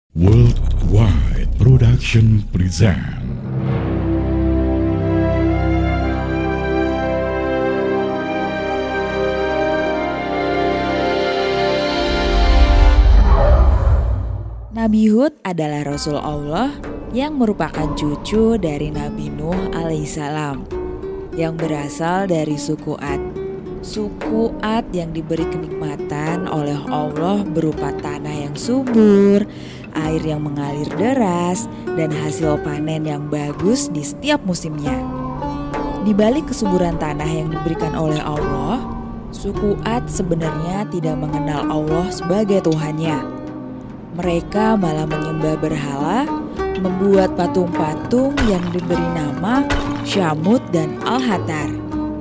Worldwide Production present. Nabi Hud adalah Rasul Allah yang merupakan cucu dari Nabi Nuh alaihissalam yang berasal dari suku Ad. Suku Ad yang diberi kenikmatan oleh Allah berupa tanah yang subur, air yang mengalir deras, dan hasil panen yang bagus di setiap musimnya. Di balik kesuburan tanah yang diberikan oleh Allah, suku Ad sebenarnya tidak mengenal Allah sebagai Tuhannya. Mereka malah menyembah berhala, membuat patung-patung yang diberi nama Syamud dan Al-Hatar.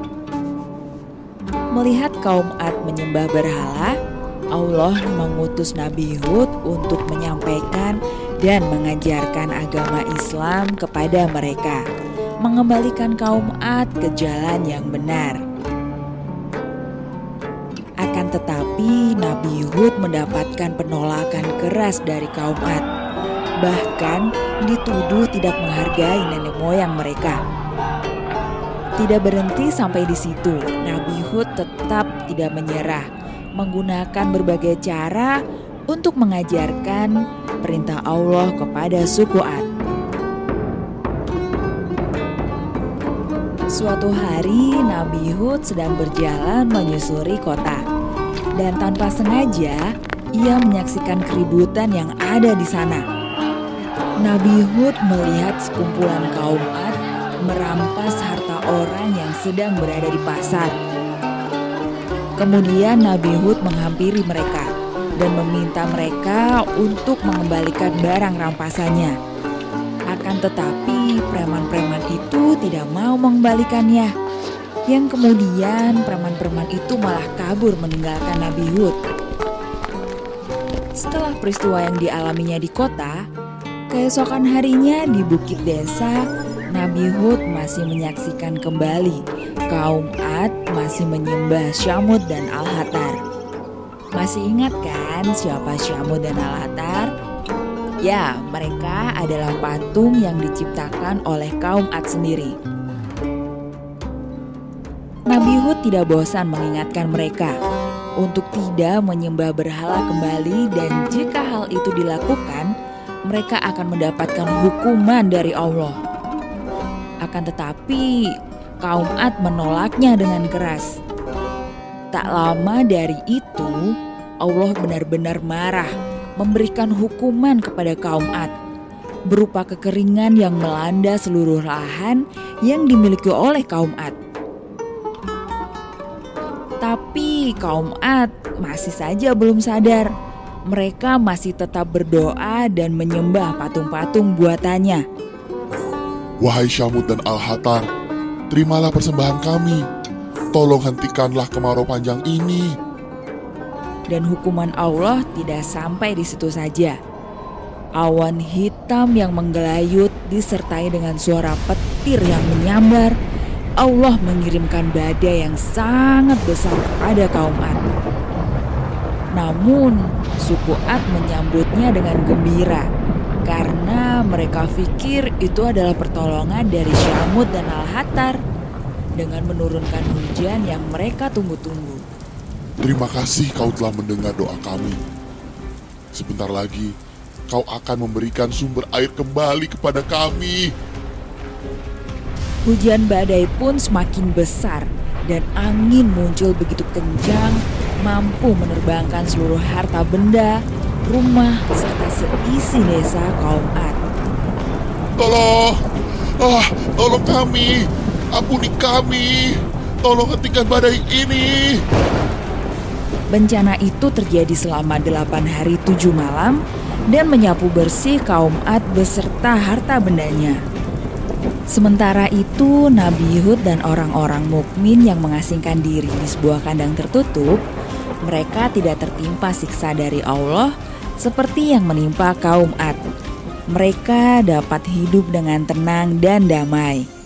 Melihat kaum Ad menyembah berhala, Allah mengutus Nabi Hud untuk menyampaikan dan mengajarkan agama Islam kepada mereka, mengembalikan kaum Ad ke jalan yang benar. Akan tetapi Nabi Hud mendapatkan penolakan keras dari kaum Ad, bahkan dituduh tidak menghargai nenek moyang mereka. Tidak berhenti sampai di situ, Nabi Hud tetap tidak menyerah, menggunakan berbagai cara untuk mengajarkan perintah Allah kepada suku Ad. Suatu hari Nabi Hud sedang berjalan menyusuri kota, dan tanpa sengaja ia menyaksikan keributan yang ada di sana. Nabi Hud melihat sekumpulan kaum Ad merampas harta orang yang sedang berada di pasar. Kemudian Nabi Hud menghampiri mereka dan meminta mereka untuk mengembalikan barang rampasannya. Akan tetapi preman-preman itu tidak mau mengembalikannya. Yang kemudian preman-preman itu malah kabur meninggalkan Nabi Hud. Setelah peristiwa yang dialaminya di kota, keesokan harinya di bukit desa, Nabi Hud masih menyaksikan kembali kaum Ad masih menyembah Syamud dan Al-Hatar. Masih ingat kan siapa Syamud dan Al-Hatar? Ya, mereka adalah patung yang diciptakan oleh kaum Ad sendiri. Nabi Hud tidak bosan mengingatkan mereka untuk tidak menyembah berhala kembali, dan jika hal itu dilakukan, mereka akan mendapatkan hukuman dari Allah. Akan tetapi kaum Ad menolaknya dengan keras. Tak lama dari itu, Allah benar-benar marah, memberikan hukuman kepada kaum Ad berupa kekeringan yang melanda seluruh lahan yang dimiliki oleh kaum Ad. Tapi kaum Ad masih saja belum sadar. Mereka masih tetap berdoa dan menyembah patung-patung buatannya. Wahai Syamud dan Al-Hatar, terimalah persembahan kami. Tolong hentikanlah kemarau panjang ini. Dan hukuman Allah tidak sampai di situ saja. Awan hitam yang menggelayut disertai dengan suara petir yang menyambar. Allah mengirimkan badai yang sangat besar kepada kaum Ad. Namun suku Ad menyambutnya dengan gembira, karena mereka pikir itu adalah pertolongan dari Syamud dan Al-Hatar dengan menurunkan hujan yang mereka tunggu-tunggu. Terima kasih kau telah mendengar doa kami. Sebentar lagi kau akan memberikan sumber air kembali kepada kami. Hujan badai pun semakin besar dan angin muncul begitu kencang, mampu menerbangkan seluruh harta benda, rumah, serta seisi desa kaum Ad. Tolong kami, ampuni kami, tolong hentikan badai ini. Bencana itu terjadi selama 8 hari 7 malam dan menyapu bersih kaum Ad beserta harta bendanya. Sementara itu, Nabi Hud dan orang-orang mukmin yang mengasingkan diri di sebuah kandang tertutup, mereka tidak tertimpa siksa dari Allah seperti yang menimpa kaum Ad. Mereka dapat hidup dengan tenang dan damai.